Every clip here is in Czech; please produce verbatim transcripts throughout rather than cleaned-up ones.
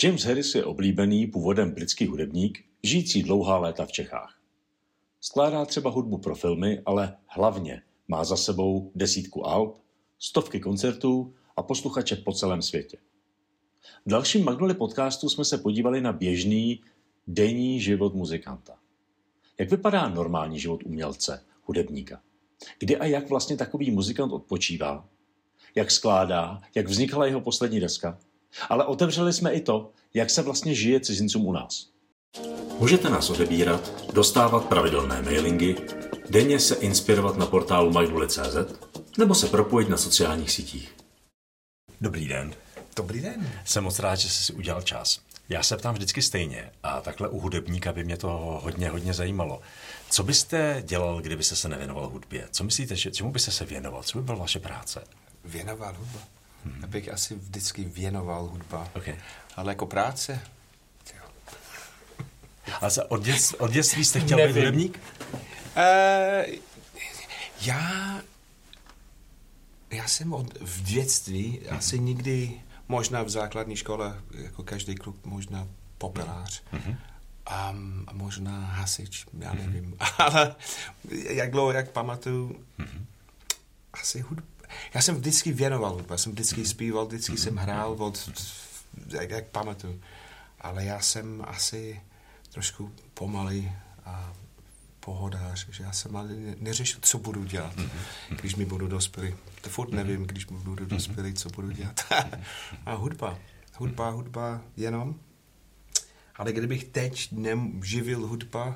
James Harris je oblíbený původem britský hudebník, žijící dlouhá léta v Čechách. Skládá třeba hudbu pro filmy, ale hlavně má za sebou desítku alb, stovky koncertů a posluchače po celém světě. V dalším Magnolia podcastu jsme se podívali na běžný denní život muzikanta. Jak vypadá normální život umělce, hudebníka? Kdy a jak vlastně takový muzikant odpočívá? Jak skládá? Jak vznikla jeho poslední deska? Ale otevřeli jsme i to, jak se vlastně žije cizincům u nás. Můžete nás odebírat, dostávat pravidelné mailingy, denně se inspirovat na portálu magnolia tečka cé zet nebo se propojit na sociálních sítích. Dobrý den. Dobrý den. Jsem moc rád, že jsi si udělal čas. Já se ptám vždycky stejně a takhle u hudebníka by mě to hodně, hodně zajímalo. Co byste dělal, kdyby se nevěnoval hudbě? Co myslíte, že čemu byste se věnoval? Co by byla vaše práce? Věnoval hudba? Hmm. Já bych asi vždycky věnoval hudba. Okay. Ale jako práce? Ale od, dět, od dětství jste chtěl být hudebník? Uh, já... Já jsem od, v dětství hmm. asi nikdy, možná v základní škole, jako každý kluk, možná popelář. Hmm. A, a možná hasič, já nevím. Hmm. Ale jak dlouho, jak pamatuju, hmm. asi hudba. Já jsem vždycky věnoval hudba, jsem vždycky zpíval, vždycky jsem hrál, od, jak, jak pamatuju. Ale já jsem asi trošku pomalý a pohodář, že já jsem ale neřešil, co budu dělat, když mi budu dospělý. To furt nevím, když mi budu dospělý, co budu dělat. A hudba, hudba, hudba jenom. Ale kdybych teď živil hudba,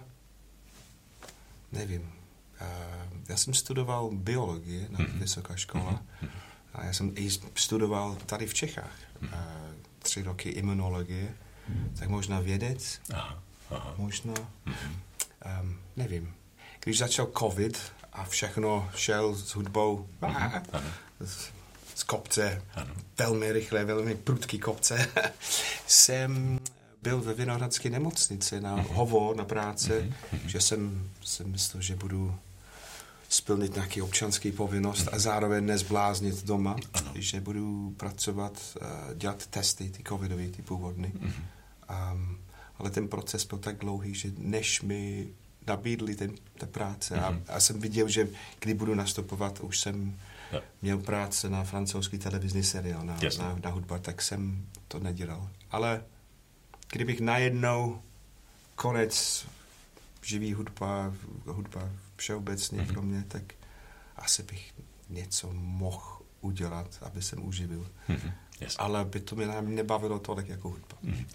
nevím. Já jsem studoval biologii na vysoké škole a já jsem i studoval tady v Čechách tři roky imunologie, tak možná vědec, aha, aha. možná, um, nevím. Když začal covid a všechno šel s hudbou aha, z, z kopce, ano. velmi rychle, velmi prudký kopce, jsem byl ve Vinohradské nemocnici na hovor, na práce, že jsem, jsem myslel, že budu splnit nějaký občanský povinnost a zároveň nezbláznit doma, ano. že budu pracovat, dělat testy, ty covidové, ty původní. Um, ale ten proces byl tak dlouhý, že než mi nabídli ten, ta práce a, a jsem viděl, že kdy budu nastupovat, už jsem ja. měl práce na francouzský televizní seriál, na, na, na hudba, tak jsem to nedělal. Ale kdybych najednou konec živý hudba, hudba všeobecně mm-hmm. pro mě, tak asi bych něco mohl udělat, aby jsem uživil. Mm-hmm. Ale by to mě nebavilo tolik jako hudba. Mm-hmm.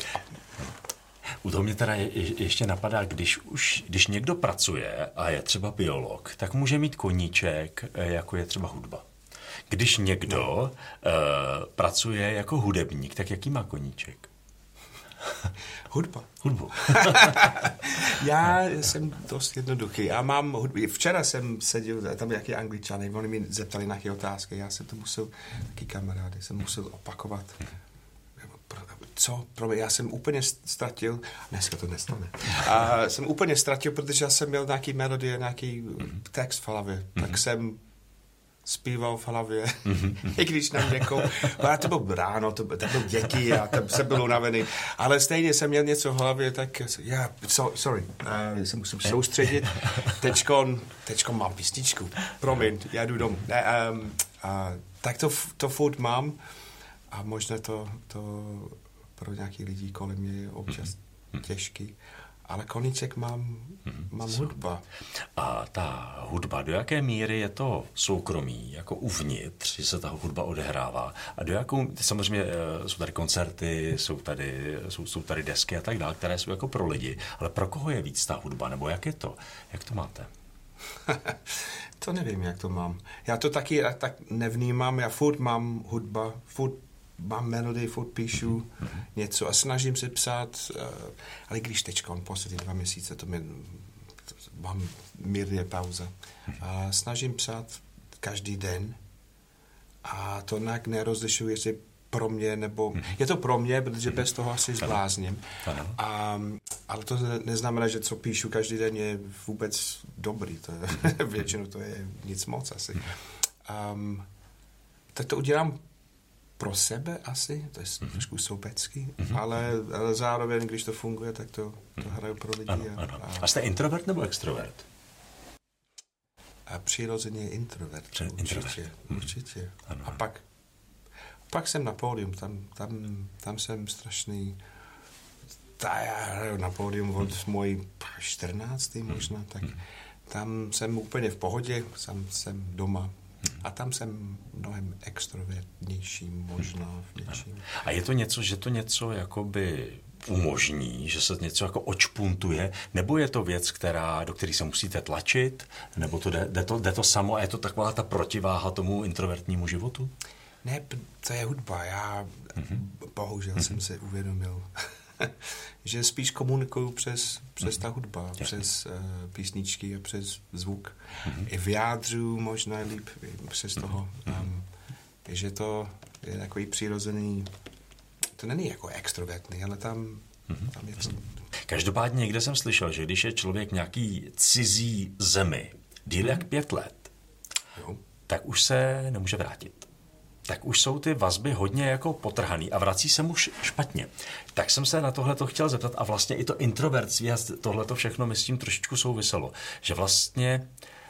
U toho mě teda je, ještě napadá, když už, když někdo pracuje a je třeba biolog, tak může mít koníček, jako je třeba hudba. Když někdo no. uh, pracuje jako hudebník, tak jaký má koníček? Hudba. Hudbu. Já jsem dost jednoduchý. Já mám hudbu. Včera jsem seděl, tam nějaký Angličany, oni mi zeptali nějaké otázky, já jsem to musel, taky kamarády, jsem musel opakovat. Co? Já jsem úplně ztratil, dneska to nestane. A jsem úplně ztratil, protože já jsem měl nějaký melodie, nějaký text v hlavě. Tak jsem zpíval v hlavě, mm-hmm. i když nám řekl, to bylo ráno, to, to bylo děti a tam jsem byl unavený, ale stejně jsem měl něco v hlavě, tak já, so, sorry, uh, se musím soustředit, teďkon, teďkon mám písničku, promiň, já jdu domů. Uh, um, uh, tak to, to furt mám a možná to, to pro nějaký lidi kolem mě je občas mm-hmm. těžký. Ale koníček mám, mám hudba. A ta hudba, do jaké míry je to soukromí, jako uvnitř, že se ta hudba odehrává? A do jakou, samozřejmě jsou tady koncerty, jsou tady, jsou, jsou tady desky a tak dále, které jsou jako pro lidi. Ale pro koho je víc ta hudba? Nebo jak je to? Jak to máte? To nevím, jak to mám. Já to taky tak nevnímám. Já furt mám hudba, furt mám melodii, furt píšu mm-hmm. něco a snažím se psát, uh, ale když teďka on poslední dva měsíce, to mě, to, mám mírně pauza. Mm-hmm. Uh, snažím psát každý den a to nějak nerozlišuji, jestli pro mě, nebo mm-hmm. je to pro mě, protože bez toho asi zblázním. Um, ale to neznamená, že co píšu každý den je vůbec dobrý. To je, většinou to je nic moc asi. Um, tak to udělám pro sebe asi, to je mm-hmm. trošku sobecký, mm-hmm. ale, ale zároveň, když to funguje, tak to, to hraju pro lidi. Ano, a, ano. A, a jste introvert nebo extrovert? A přirozeně introvert, Při, určitě. introvert. určitě. Ano. A pak, pak jsem na pódium, tam, tam, tam jsem strašný, ta já hraju na pódium od hmm. můj čtrnáctý možná, tak hmm. tam jsem úplně v pohodě, jsem, jsem doma. Hmm. A tam jsem mnohem extrovertnější možná v něčím. A je to něco, že to něco jakoby umožní, že se něco jako očpuntuje, nebo je to věc, která, do které se musíte tlačit, nebo to jde, jde, to, jde to samo a je to taková ta protiváha tomu introvertnímu životu? Ne, to je hudba. Já mm-hmm. bohužel mm-hmm. jsem se uvědomil, že spíš komunikuju přes, přes mm-hmm. ta hudba, Jasně. přes uh, písničky a přes zvuk. Mm-hmm. I vyjádřu možná líp přes mm-hmm. toho. Um, že to je takový přirozený, to není jako extrovertní, ale tam, mm-hmm. tam je to... Každopádně někde jsem slyšel, že když je člověk nějaký cizí zemi, díl jak pět let, jo. tak už se nemůže vrátit. Tak už jsou ty vazby hodně jako potrhaný a vrací se mu špatně. Tak jsem se na tohleto chtěl zeptat a vlastně i to introvertství a tohleto všechno mi s tím trošičku souviselo. Že vlastně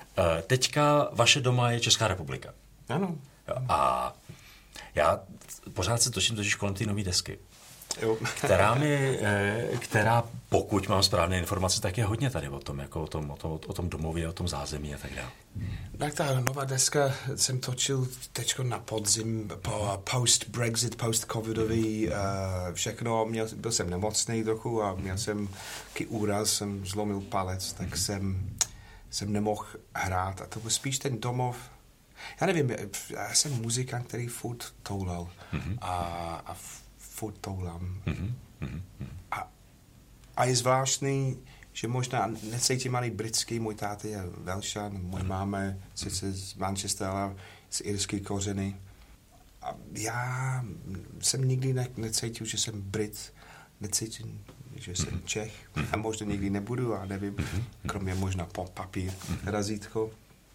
teďka vaše doma je Česká republika. Ano. A já pořád se točím totiž kolem té nové desky. Jo. která mi, která pokud mám správné informace, tak je hodně tady o tom, jako o tom, o tom, o tom domově, o tom zázemí a tak dále. Tak ta nová deska jsem točil teďko na podzim, po post-Brexit, post-covidový, uh, všechno, měl, byl jsem nemocný trochu a měl jsem taký úraz, jsem zlomil palec, tak jsem, jsem nemohl hrát a to byl spíš ten domov. Já nevím, já jsem muzikant, který furt toulal mm-hmm. a, a furt toulám. Mm-hmm. A, a je zvláštní, že možná necítím ani britský, můj táta je Welšan, můj máma sice z Manchestera, z irský kořeny. A já jsem nikdy ne, necítil, že jsem Brit, necítím, že jsem Čech. A možná nikdy nebudu, a nevím, kromě možná papír, razítko.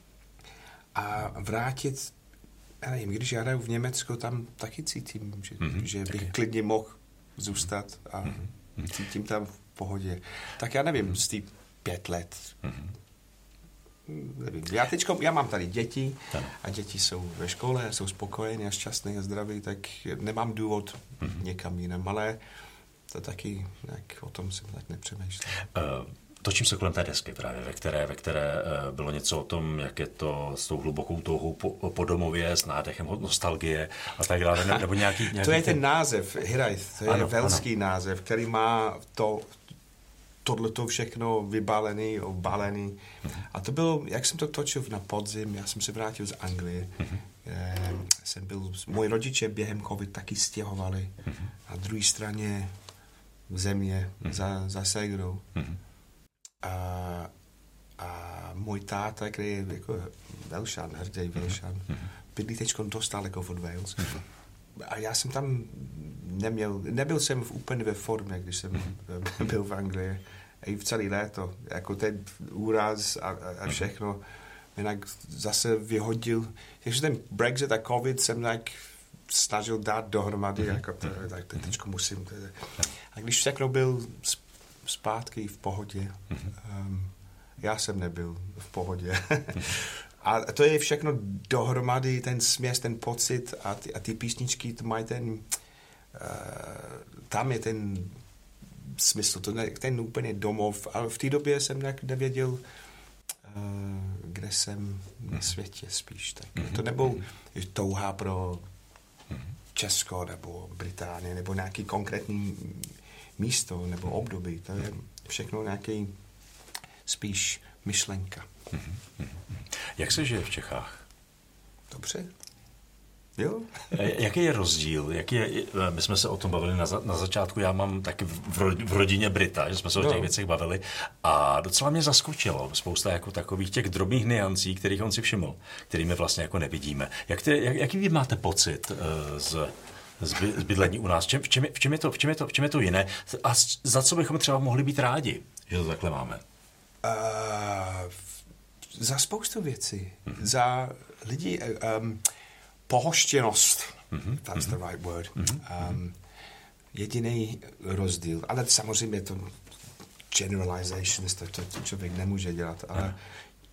A vrátit, já nevím, když já hraju v Německu, tam taky cítím, že, mm-hmm, že bych taky. klidně mohl zůstat a mm-hmm. cítím tam v pohodě. Tak já nevím, mm-hmm. z těch pět let. Mm-hmm. Nevím. Já teďko, já mám tady děti a děti jsou ve škole, jsou spokojení a šťastní a zdraví, tak nemám důvod mm-hmm. někam jinam, ale to taky, jak o tom jsem tak nepřemýšlel. Uh. Točím se kolem té desky právě, ve které, ve které bylo něco o tom, jak je to s tou hlubokou touhou po, po domově, s nádechem nostalgie a tak dále. Nebo nějaký, nějaký to je ten název, Hirajth, to je ano, velský ano. název, který má to, tohleto všechno vybalený, obalený. Uh-huh. A to bylo, jak jsem to točil na podzim, já jsem se vrátil z Anglie. Uh-huh. E, jsem byl, moji rodiče během covid taky stěhovali uh-huh. na druhé straně země uh-huh. za, za Segrou. Uh-huh. A, a můj táta, který je jako Welšan, hrdý Welšan, mm-hmm. bydlí teďko dost daleko od Wales. Mm-hmm. A já jsem tam neměl, nebyl jsem v úplně ve formě, když jsem mm-hmm. byl v Anglii. I v celý léto, jako ten úraz a, a všechno, jinak zase vyhodil. Takže ten Brexit a covid jsem tak snažil dát dohromady, mm-hmm. jako to, tak teďko musím. To, a když všechno byl zpátky v pohodě. Mm-hmm. Um, já jsem nebyl v pohodě. Mm-hmm. A to je všechno dohromady, ten směs, ten pocit a ty, a ty písničky, to mají ten... Uh, tam je ten smysl, to ne, ten úplně domov. Ale v té době jsem nevěděl, uh, kde jsem na světě spíš. Tak. Mm-hmm. To nebyl touha pro Česko nebo Británii nebo nějaký konkrétní místo nebo období. To je všechno nějaký spíš myšlenka. Jak se žije v Čechách? Dobře. Jo. Jaký je rozdíl? Jaký je, my jsme se o tom bavili na, za, na začátku, já mám taky v, ro, v rodině Brita, že jsme se o těch no. věcech bavili a docela mě zaskočilo spousta jako takových těch drobných niancí, kterých on si všiml, kterými vlastně jako nevidíme. Jak ty, jak, jaký vy máte pocit uh, z z bydlení u nás. V čem, v, čem je, v, čem je to, v, čem je to, v čem je to jiné? A za co bychom třeba mohli být rádi, že to takhle máme? Uh, za spoustu věcí. Mm-hmm. Za lidi um, pohoštěnost. Mm-hmm. That's the right word. Mm-hmm. Um, jediný rozdíl, ale samozřejmě to generalizations, to, to, to člověk nemůže dělat, ale Aha.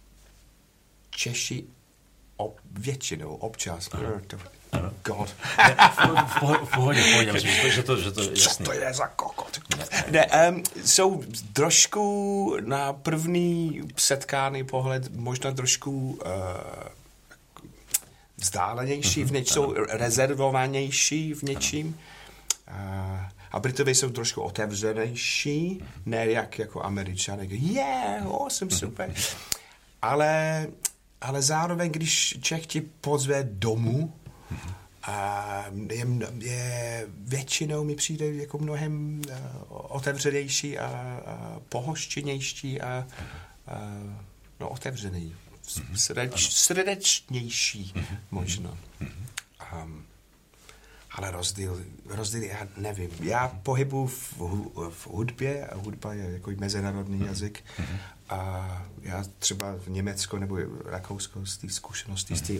Češi ob, většinou, občas, Ano. God. Ne, v, v, v pohodě, v pohodě, myslím, že to, že to jasný. Co to je za kokot? Ne, ne um, jsou trošku na první setkání pohled možná trošku uh, vzdálenější, mm-hmm. v něč, jsou rezervovanější v něčím. Uh, a Britové jsou trošku otevřenější, ne jak jako Američané. Yeah, awesome, super. Ale, ale zároveň, když Čech ti pozve domů, a je, je většinou mi přijde jako mnohem uh, otevřenější a, a pohoštěnější a, a no, otevřený, srdeč, srdečnější možná. Um, ale rozdíl, rozdíl, já nevím. Já pohybuji v, v hudbě a hudba je jako mezinárodní jazyk a já třeba v Německu nebo Rakousko z té zkušenosti z té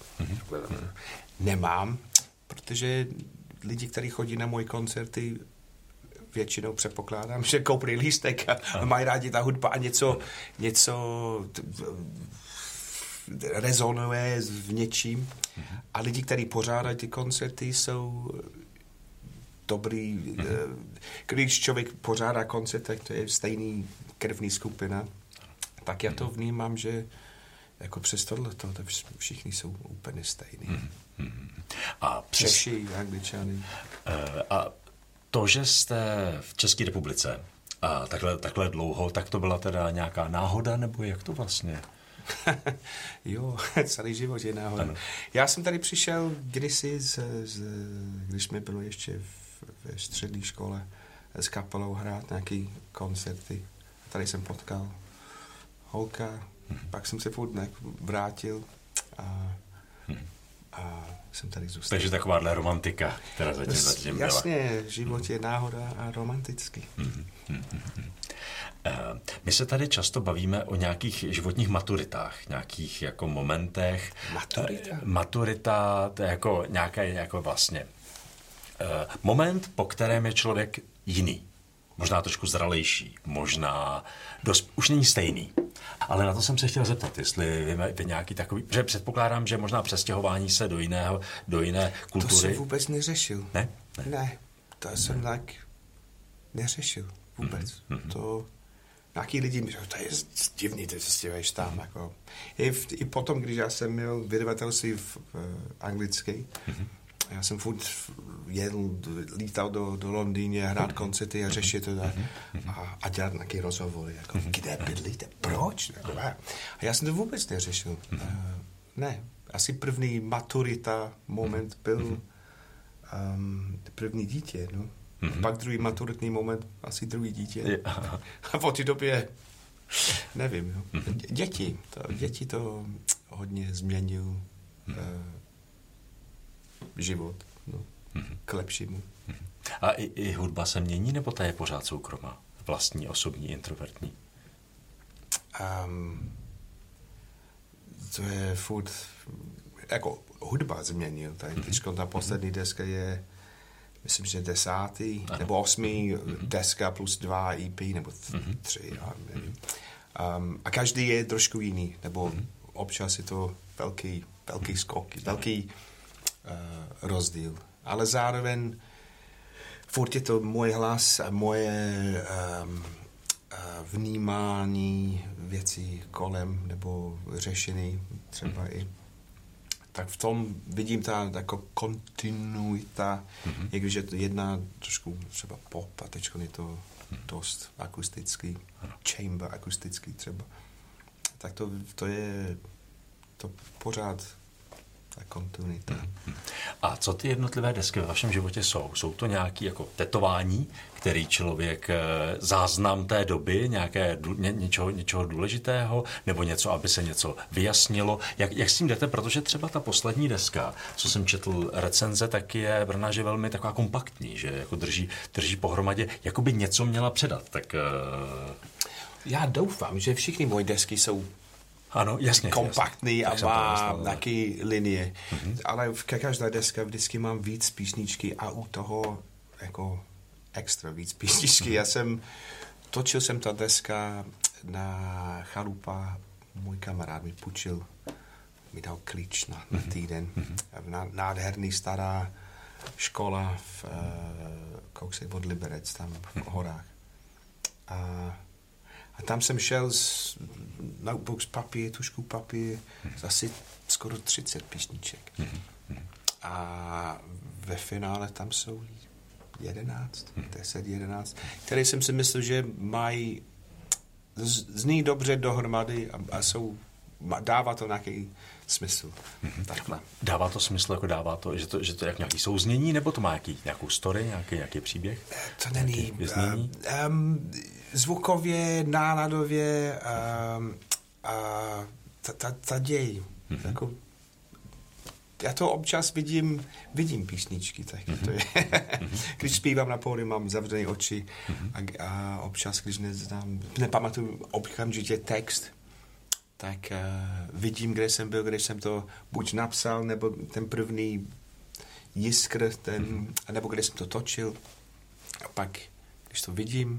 nemám, protože lidi, kteří chodí na moje koncerty, většinou předpokládám, že koupí lístek a, a mají rádi ta hudba a něco, něco rezonuje v něčím. A lidi, kteří pořádají ty koncerty, jsou dobrý. Když člověk pořádá koncert, tak to je stejný krevní skupina, tak já to vnímám, že jako přes tohleto, to všichni jsou úplně stejný. A přes... Češi, Angličany. A to, že jste v České republice a takhle, takhle dlouho, tak to byla teda nějaká náhoda, nebo jak to vlastně? Jo, celý život je náhoda. Ano. Já jsem tady přišel kdysi, z, z, když jsme byli ještě v, ve střední škole s kapelou hrát nějaký koncerty. Tady jsem potkal holka, hmm. pak jsem se furt vrátil a, hmm. a jsem tady zůstal. Takže takováhle romantika, která zatím, zatím byla. Jasně, život je náhoda a romantický. Hmm. Hmm. Hmm. My se tady často bavíme o nějakých životních maturitách, nějakých jako momentech. Maturita? Maturita, to je jako nějaké jako vlastně moment, po kterém je člověk jiný. Možná trošku zralejší, možná dost, už není stejný. Ale na to jsem se chtěl zeptat, jestli vy, vy nějaký takový, že předpokládám, že možná přestěhování se do jiného, do jiné kultury. To jsem vůbec neřešil. Ne? Ne, ne to jsem ne. tak neřešil vůbec. Mm-hmm. To nějaký lidi mi říkají, to je divný, ty se stěhuješ tam. Jako. I, v, I potom, když já jsem měl vydavatelství v, v anglické, mm-hmm. já jsem furt jedl, lítal do, do Londýně, hrát koncerty a řešit to a, a dělat nějaké rozhovory. Jako, kde bydlíte? Proč? A já jsem to vůbec neřešil. Uh, ne, asi první maturita moment byl um, první dítě, no. Mm-hmm. Pak druhý maturitní moment, asi druhý dítě. Yeah. A po té době, nevím, jo. Mm-hmm. Děti, to, děti to hodně změnil uh, život, no, mm-hmm. k lepšímu. Mm-hmm. A i, i hudba se mění, nebo ta je pořád soukromá? Vlastní, osobní, introvertní? Um, to je furt, jako hudba změnil. Tady mm-hmm. teďko ta poslední deska je myslím, že desátý, ano. nebo osmý mm-hmm. deska plus dva E P, nebo th- mm-hmm. tři, já nevím. Um, a každý je trošku jiný, nebo mm-hmm. občas je to velký, velký skok, velký uh, rozdíl. Ale zároveň furt je to můj hlas a moje um, uh, vnímání věcí kolem, nebo řešení třeba mm-hmm. i. Tak v tom vidím ta jako kontinuita, mm-hmm. jak když je to jedna trošku třeba pop a teď je to dost akustický, chamber akustický třeba. Tak to, to je to pořád ta kontinuita. Mm-hmm. A co ty jednotlivé desky ve vašem životě jsou? Jsou to nějaké jako tetování, který člověk, záznam té doby, nějaké, ně, něčeho, něčeho důležitého, nebo něco, aby se něco vyjasnilo? Jak, jak s tím jdete? Protože třeba ta poslední deska, co jsem četl recenze, tak je brná, že velmi taková kompaktní, že jako drží, drží pohromadě, jako by něco měla předat. Tak, uh... Já doufám, že všichni moje desky jsou ano, jasně, kompaktní jasně. a má nějaké linie. Mm-hmm. Ale v každé deska vždycky mám víc písničky a u toho jako extra víc písničky. Mm-hmm. Já jsem, točil jsem ta deska na chalupa, můj kamarád mi půjčil, mi dal klíč na, na týden. Mm-hmm. Nádherný stará škola v uh, kousek od Liberec, tam v horách. A, a tam jsem šel s notebook z papír, tušku papír, mm-hmm. asi skoro třicet písniček. Mm-hmm. A ve finále tam jsou jedenáct, deset, jedenáct, které jsem si myslel, že mají zní dobře dohromady a, a jsou, dává to nějaký smysl. Mm-hmm. Takhle. Dává to smysl, jako dává to, že to, že to je jak nějaký souznění, nebo to má nějaký, nějakou story, nějaký, nějaký příběh? To není. Uh, um, zvukově, náladově um, uh, ta, ta, ta děj. Mm-hmm. Jako, já to občas vidím, vidím písničky, tak mm-hmm. to je. Když zpívám na pódiu, mám zavřené oči mm-hmm. a, a občas, když neznám, nepamatuju okamžitě text, tak uh, vidím, kde jsem byl, kde jsem to buď napsal, nebo ten první jiskr, ten, mm-hmm. nebo kde jsem to točil. A pak, když to vidím,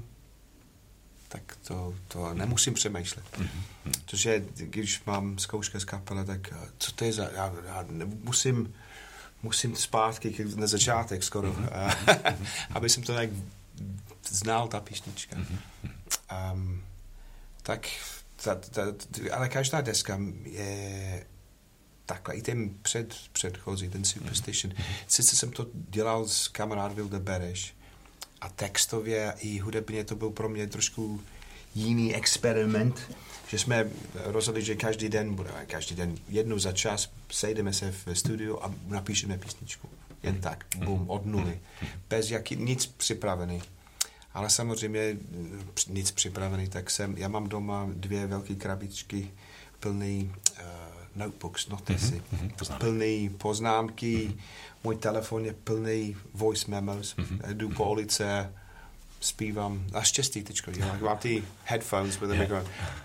tak to, to nemusím přemýšlet. Mm-hmm. Protože když mám zkouška z kapele, tak co to je za... Já, já musím, musím zpátky na začátek skoro, mm-hmm. aby jsem to tak znal, ta písnička. Mm-hmm. Um, tak, ta, ta, ale každá deska je takhle. I ten před, předchozí, ten Superstition. Mm-hmm. Sice jsem to dělal s kamarád Vilde Bereš, a textově i hudebně to byl pro mě trošku jiný experiment, že jsme rozhodli, že každý den, bude každý den jednou za čas sejdeme se v studiu a napíšeme písničku. Jen tak, bum, od nuly. Bez jaký, nic připravený. Ale samozřejmě nic připravený, tak jsem, já mám doma dvě velké krabičky plný uh, notebooks, notisy, mm-hmm. plný poznámky, mm-hmm. můj telefon je plný voice memos, mm-hmm. jdu po ulice, zpívám, naštěstí teďko, mám ty headphones with yeah.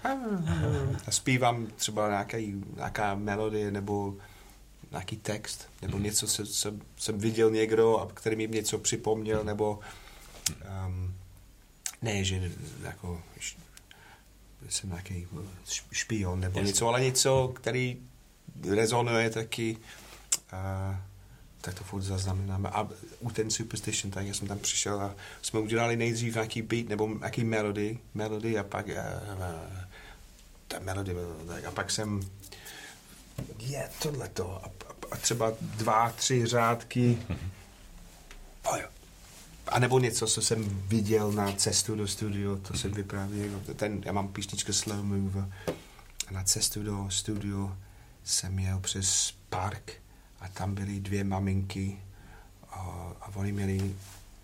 a zpívám třeba nějaký, nějaká melodie nebo nějaký text, nebo mm-hmm. něco, co, co jsem viděl někdo, a který mi něco připomněl, nebo um, ne, že jako jsem nějaký špion nebo yes. něco, ale něco, který rezonuje taky, uh, tak to furt zaznamenáme. A u ten Superstition, tak já jsem tam přišel a jsme udělali nejdřív nějaký beat nebo nějaký melody, melody a pak uh, uh, ta melody tak, a pak jsem je yeah, tohleto a, a třeba dva, tři řádky oh, jo. A nebo něco, co jsem viděl na cestu do studia, to jsem vyprávěl. Ten, já mám písničku Slow Mover a na cestu do studia jsem jel přes park a tam byly dvě maminky a, a oni měli, uh,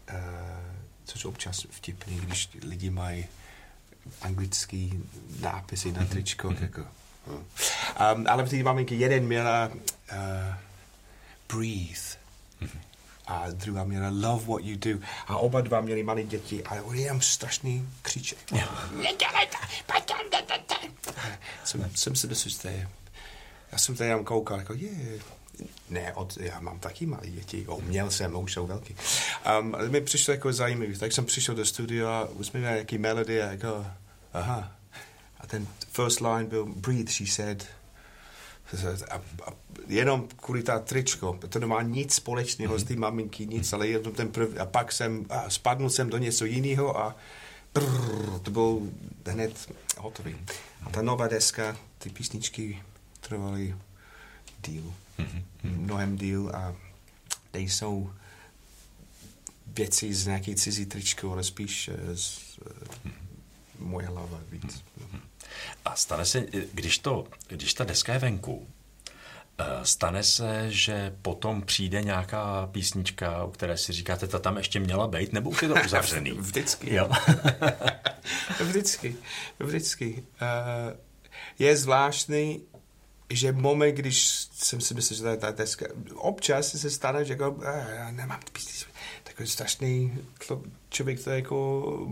což občas vtipný, když lidi mají anglický nápisy na tričko. Jako, uh. um, ale ty maminky, jeden měla uh, Breathe. A druhá měla Love What You Do. A oba dva měli malé děti a oni jenom strašný křiček. jsem, jsem se dosustě. Já jsem tady jenom koukal, jako je. Yeah. Ne, od, já mám taky malé děti. O, měl jsem, už jsou velký. Um, ale mi přišlo jako zajímavý. Tak jsem přišel do studia a už jsme měli nějaký melody a jako, aha. A ten first line byl Breathe, she said. A, a jenom kvůli ta tričko, to nemá nic společného mm-hmm. s tím maminky, nic, ale jenom ten prv, a pak jsem, a spadnul jsem do něco jiného a brrr, to byl hned hotový. A ta nová deska, ty písničky trvaly díl, mm-hmm. mnohem díl a tady jsou věci z nějaký cizí tričko, ale spíš z uh, moje hlava víc. Mm-hmm. A stane se, když, to, když ta deska je venku, stane se, že potom přijde nějaká písnička, o které si říkáte, ta tam ještě měla být, nebo už je to uzavřený? Vždycky. Jo. vždycky. Vždycky. Uh, je zvláštní, že moment, když jsem si myslel, že to je ta deska, občas se stane, že jako, já nemám písničku, takový strašný člověk, to jako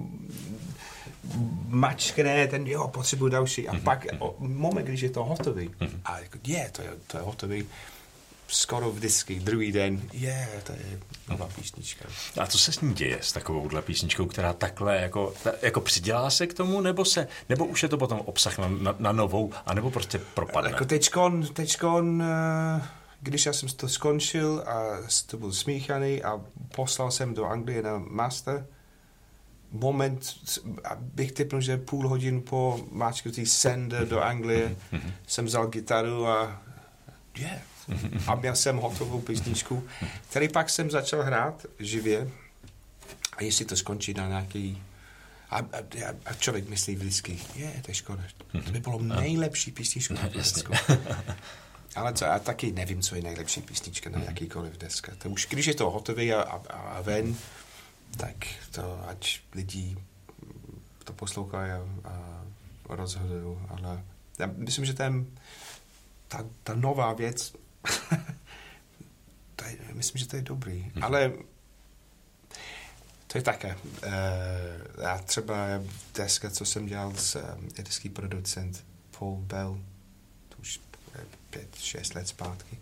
mačkne, ten jo, potřebuji další. A pak moment, když je to hotový, a jako, je, to je, to je hotový, skoro vždycky, druhý den, je, to je nová písnička. A co se s ní děje, s takovouhle písničkou, která takhle jako, ta, jako přidělá se k tomu, nebo se, nebo už je to potom obsah na, na, na novou, anebo prostě propadne? Jako teďkon, teďkon, když já jsem to skončil a to byl smíchaný a poslal jsem do Anglie na master, moment, bych typnul, že půl hodin po máčknutí sender do Anglie, jsem vzal gitaru a yeah, a měl jsem hotovou písničku, který pak jsem začal hrát živě a jestli to skončí na nějaký a, a, a člověk myslí vždycky, je, to je škoda, to by bylo nejlepší písnička na desku. Ale co, já taky nevím, co je nejlepší písnička na jakýkoliv deska. To už, když je to hotový a, a, a ven, tak to, ať lidi to poslouchají a, a rozhodují, ale já myslím, že ten, ta, ta nová věc to je, myslím, že to je dobrý, mm. ale to je také. Uh, já třeba deska, co jsem dělal s um, irský producent Paul Bell, to už pět, šest let zpátky.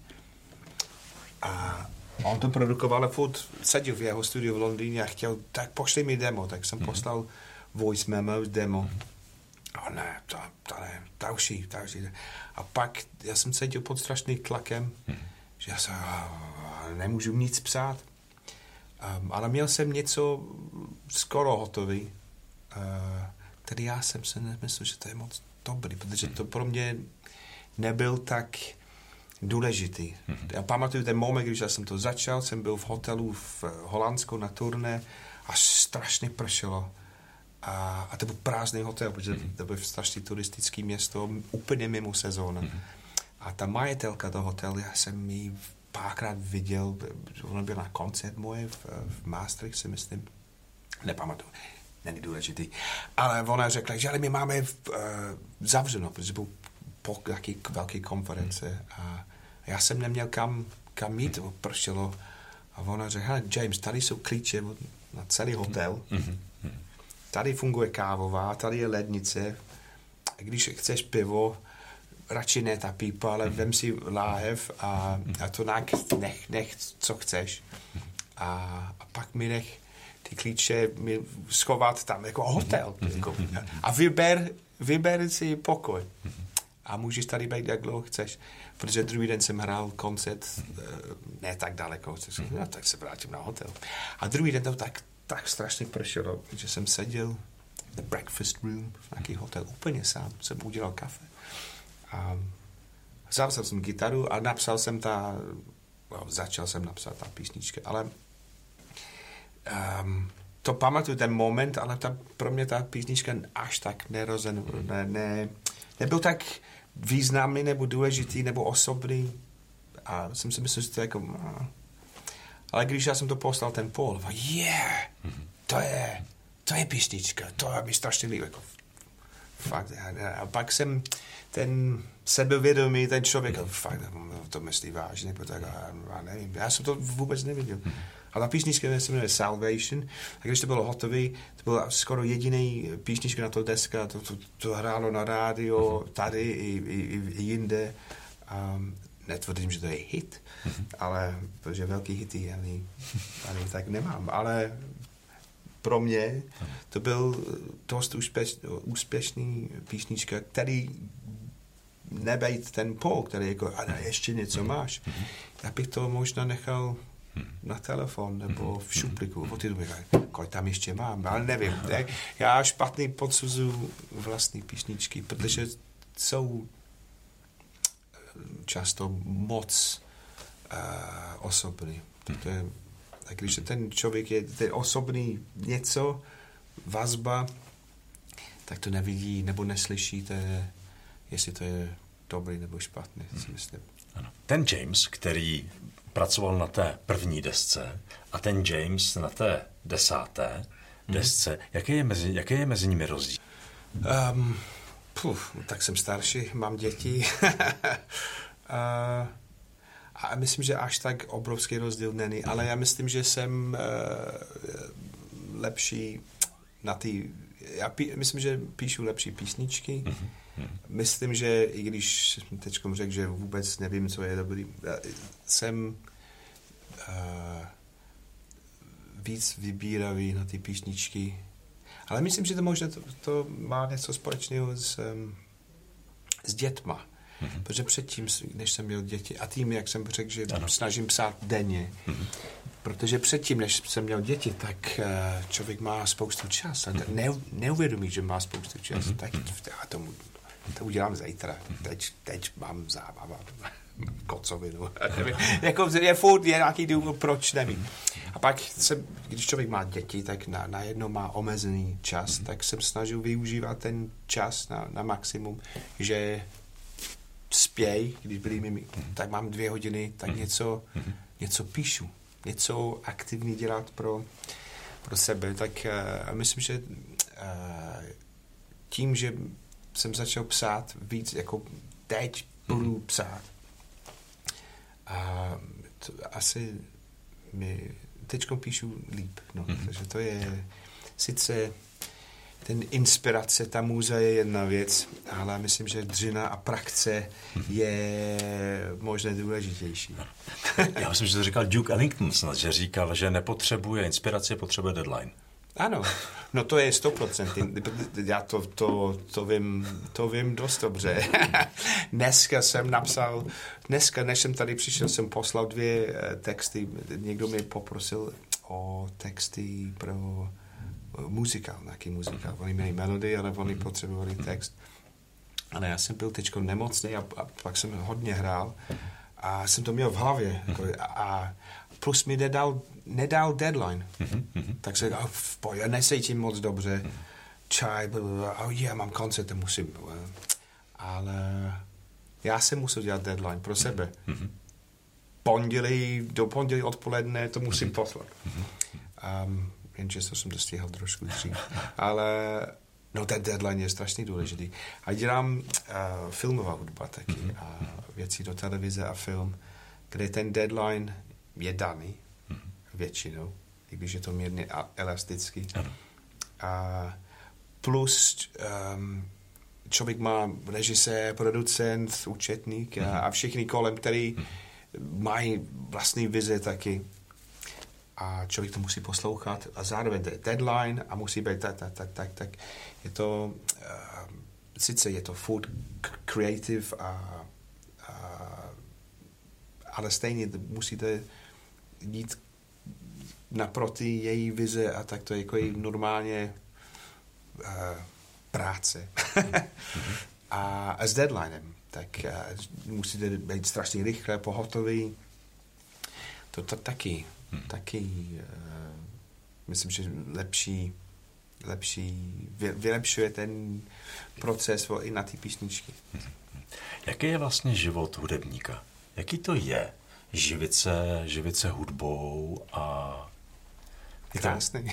A on to produkoval a furt seděl v jeho studiu v Londýně a chtěl, tak pošli mi demo, tak jsem mm. poslal voice memo, demo. Mm. A ne, to, to ne, další, další. A pak já jsem seděl pod strašným tlakem, mm. že já jsem, nemůžu nic psát. Um, ale měl jsem něco skoro hotový, uh, který já jsem se nemyslel, že to je moc dobrý, protože to pro mě nebyl tak důležitý. Já pamatuju ten moment, když já jsem to začal, jsem byl v hotelu v Holandsku na turné a strašně pršelo. A, a to byl prázdný hotel, protože to byl strašně turistický město, úplně mimo sezóna. A ta majitelka toho hotelu, já jsem ji párkrát viděl, ona byla na koncert moje v, v Maastricht, si myslím, nepamatuju, není důležitý. Ale ona řekla, že ale my máme v, uh, zavřeno, protože byl po nějaké velké konference a já jsem neměl kam, kam jít, pršelo. A ona řekla, James, tady jsou klíče na celý hotel, tady funguje kávová, tady je lednice, když chceš pivo, radši ne ta pípa, ale vem si láhev a, a to nech, nech, co chceš. A, a pak mi nech ty klíče mi schovat tam jako hotel. Jako, a vyber, vyber si pokoj. A můžeš tady být, jak dlouho chceš. Protože druhý den jsem hrál koncert, ne tak daleko, no, tak se vrátím na hotel. A druhý den to tak, tak strašně pršelo, že jsem seděl v the breakfast room v nějaký hotel úplně sám. Jsem udělal kafe. A vzal jsem gitaru a napsal jsem ta, well, začal jsem napsat ta písnička, ale um, to pamatuju ten moment, ale ta, pro mě ta písnička až tak nerozen, ne, ne, nebyl tak významný, nebo důležitý, nebo osobný a jsem si myslel, že to je jako no. Ale když já jsem to poslal ten Paul, yeah, to je, to je písnička, to je mi strašně líbí, jako fakt, a pak jsem ten sebevědomý, ten člověk, fakt, to myslí vážně, tak, já nevím, já jsem to vůbec neviděl. A ta písnička se jmenuje Salvation, a když to bylo hotové, to byla skoro jediný písnička na to deska, to, to, to hrálo na rádio, tady i, i, i jinde. Um, netvrdím, že to je hit, ale, protože velký hity ani, ani tak nemám, ale pro mě to byl dost úspěš, úspěšný písnička, který nebejt ten Paul, který jako, a ještě něco máš. Já bych to možná nechal na telefon nebo v šuplíku. O ty doby, kolik tam ještě mám, ale nevím. Ne? Já špatný podsuzuju vlastní písničky, protože jsou často moc uh, osobní. To je, a když ten člověk je ten osobní něco, vazba, tak to nevidí nebo neslyší, to je, jestli to je dobrý nebo špatný, si myslím. Ano. Ten James, který pracoval na té první desce a ten James na té desáté desce, hmm. jaké je mezi, jaké je mezi nimi rozdíl? Um, Puf, tak jsem starší, mám děti. a, a myslím, že až tak obrovský rozdíl není, ale já myslím, že jsem uh, lepší na ty... Já pí, myslím, že píšu lepší písničky. Myslím, že i když teď řekl, že vůbec nevím, co je dobrý, jsem uh, víc vybíravý na ty písničky. Ale myslím, že to možná to, to má něco společného s, um, s dětma. Mm-hmm. Protože předtím, než jsem měl děti, a tím, jak jsem řekl, že ano. snažím psát denně, mm-hmm. protože předtím, než jsem měl děti, tak uh, člověk má spoustu času. Mm-hmm. Ne, neuvědomí, že má spoustu času. Mm-hmm. Tak já tomu, to udělám zítra. Mm-hmm. Teď, teď mám zábava. Kocovinu. Jako je furt nějaký důvod, proč nevím. A pak, jsem, když člověk má děti, tak na, na jedno má omezený čas, mm-hmm. tak jsem snažil využívat ten čas na, na maximum, že spěj, když byli mimi, mm-hmm. tak mám dvě hodiny, tak mm-hmm. něco, mm-hmm. něco píšu, něco aktivní dělat pro, pro sebe. Tak uh, myslím, že uh, tím, že jsem začal psát víc, jako teď budu mm-hmm. psát, a to asi mi teďko píšu líp, no, mm-hmm. takže to je sice ten inspirace, ta můza je jedna věc, ale myslím, že dřina a praxe je možná důležitější. Já myslím, že to říkal Duke Ellington snad, že říkal, že nepotřebuje inspiraci, potřebuje deadline. Ano, no to je sto procent. Já to, to, to, vím, to vím dost dobře. Dneska jsem napsal, dneska, než jsem tady přišel, jsem poslal dvě texty. Někdo mi poprosil o texty pro muzikál, nějaký muzikál. Oni měli melodii, ale oni potřebovali text. Ale já jsem byl teďko nemocný a, a pak jsem hodně hrál a jsem to měl v hlavě. Jako, a, a plus mi nedal, nedal deadline. Mm-hmm. Tak se oh, pojď, já nesejtím moc dobře. Mm-hmm. Čaj, oh yeah, mám koncert, to musím. Ale já jsem musel dělat deadline pro sebe. Mm-hmm. Pondělí, do pondělí odpoledne to musím mm-hmm. poslat. Mm-hmm. Um, jenže to jsem dostihl trošku dřív. Ale no, ten deadline je strašně důležitý. A dělám uh, filmová hudba taky. Mm-hmm. A věci do televize a film, kde ten deadline je daný mm-hmm. většinou, i když je to mírně elastický. Ano. A plus um, člověk má režisér, producent, účetník mm-hmm. a, a všichni kolem, který mm-hmm. mají vlastní vize taky. A člověk to musí poslouchat a zároveň deadline a musí být tak, tak, tak, tak, tak. Je to, uh, sice je to furt creative a, a ale stejně musíte jít naproti její vize a tak to je jako normálně uh, práce. a, a s deadlinem, tak uh, musíte být strašně rychle, pohotový. To, to taky, hmm. taky uh, myslím, že lepší, lepší vy, vylepšuje ten proces i na ty písničky. Jaký je vlastně život hudebníka? Jaký to je? Živit se, živit se hudbou a... Krásný.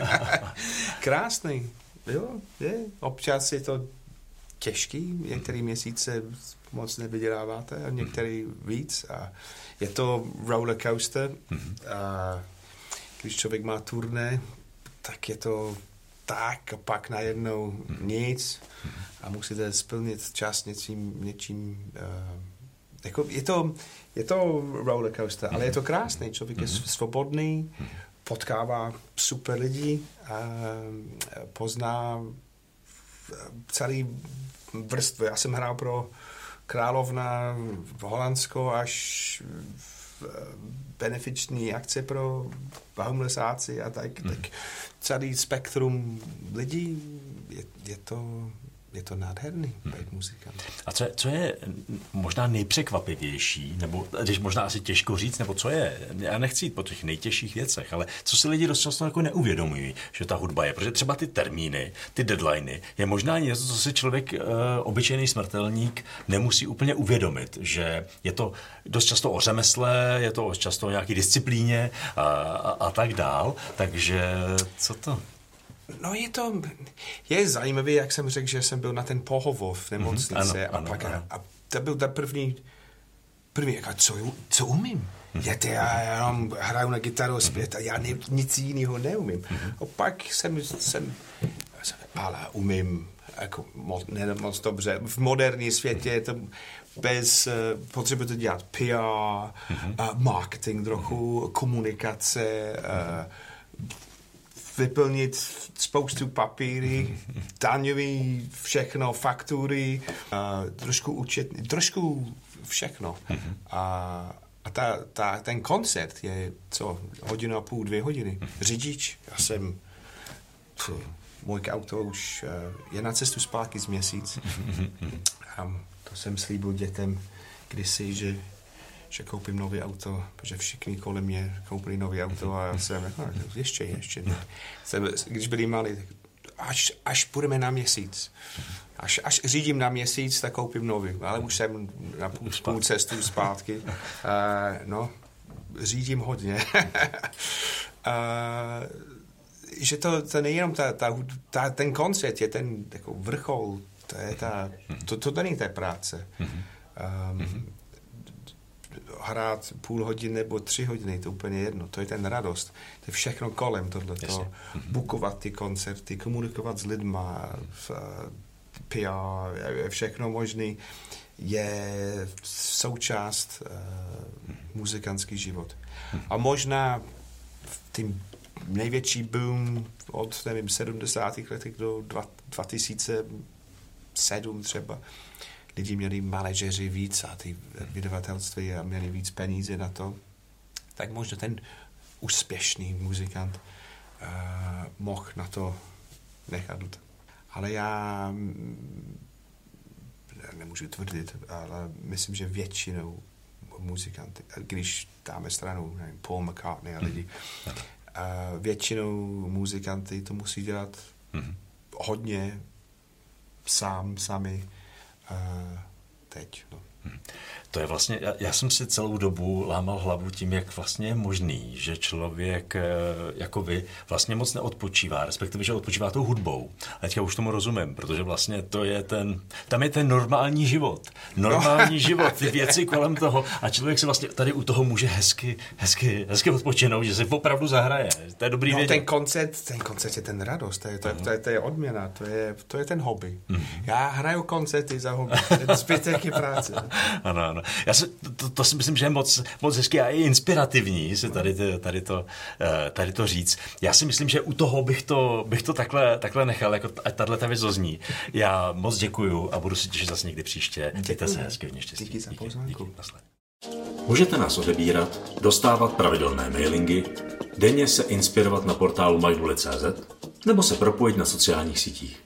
Krásný. Jo, je. Občas je to těžký. Některý měsíce moc nevyděláváte a některý víc. A je to roller coaster. A když člověk má turné, tak je to tak a pak najednou nic a musíte splnit čas něčím, něčím uh, jako je to, je to roller coaster, ale je to krásný. Člověk je svobodný, potkává super lidi, a pozná celý vrstvu. Já jsem hrál pro Královna v Holandsko až benefiční akce pro homelessáci a tak, mm. tak celý spektrum lidí je, je to je to nádherný, hmm. být muzikant. A co, co je možná nejpřekvapivější, nebo když možná asi těžko říct, nebo co je, já nechci jít po těch nejtěžších věcech, ale co si lidi dost často jako neuvědomují, že ta hudba je, protože třeba ty termíny, ty deadliny, je možná něco, co si člověk, uh, obyčejný smrtelník, nemusí úplně uvědomit, že je to dost často o řemesle, je to často o nějaký disciplíně a, a, a tak dál, takže co to? No je to, je zajímavé, jak jsem řekl, že jsem byl na ten pohovor v nemocnici mm-hmm, a ano, pak ano. A, a to byl ta první, první, jako, co, co umím? Mm-hmm. Já, ty, já, já hraju na kytaru zpět a já ne, nic jiného neumím. Mm-hmm. A pak jsem, jsem, ale umím jako moc, ne moc dobře. V moderní světě je to bez, uh, potřebujete dělat P R, mm-hmm. uh, marketing trochu, komunikace, uh, vyplnit spoustu papíry, daňový, všechno, faktury, uh, trošku učit, trošku všechno. Mm-hmm. A, a ta, ta, ten koncert je co, hodinu a půl, dvě hodiny. Řidič, já jsem, pff, můj auto už uh, je na cestu zpátky z měsíc. A to jsem slíbil dětem kdysi, že že koupím nový auto, protože všichni kolem mě koupili nový auto a já jsem, no, ještě, ještě. Jsem, když byli malí, až, až půjdeme na měsíc, až, až řídím na měsíc, tak koupím nový, ale už jsem na půl, půl cestu zpátky. Uh, no, řídím hodně. uh, že to, to nejenom ta, ta, ta, ten koncert je ten jako vrchol, to, je ta, to, to není té práce. Um, hrát půl hodiny nebo tři hodiny, to je úplně jedno. To je ten radost. To je všechno kolem tohleto. Bukovat ty koncerty, komunikovat s lidma, P R, všechno možný je součást uh, muzikantský život. A možná tím největší boom od, nevím, sedmdesátých letech do dva tisíce sedm třeba, lidi měli manažeři víc a ty vydavatelství a měli víc peníze na to, tak možná ten úspěšný muzikant uh, mohl na to nechat. Ale já nemůžu tvrdit, ale myslím, že většinou muzikanty, když dáme stranu, nevím, Paul McCartney a lidi, uh, většinou muzikanty to musí dělat hodně sám, sami, Uh, teď. No. To je vlastně, já, já jsem si celou dobu lámal hlavu tím, jak vlastně je možný, že člověk jako vy vlastně moc neodpočívá, respektive, že odpočívá tou hudbou. A teďka už tomu rozumím, protože vlastně to je ten, tam je ten normální život. Normální no. život, ty věci kolem toho a člověk se vlastně tady u toho může hezky, hezky, hezky odpočinout, že si opravdu zahraje. To je dobrý no, vědět. ten koncert, ten koncert je ten radost, to je, to, uh-huh. to, je, to je odměna, to je, to je ten hobby. Uh-huh. Já hraju koncerty za hobby, zbytek je práce. Ano, ano. Já si, to, to si myslím, že je moc, moc hezky a i inspirativní si tady, tady, to, tady to říct. Já si myslím, že u toho bych to, bych to takhle, takhle nechal, jako tato věc zazní. Já moc děkuju a budu si těšit zase někdy příště. Mějte se hezky, hodně štěstí. Díky za pozvánku. Můžete nás odebírat, dostávat pravidelné mailingy, denně se inspirovat na portálu mike bully tečka cé zet nebo se propojit na sociálních sítích.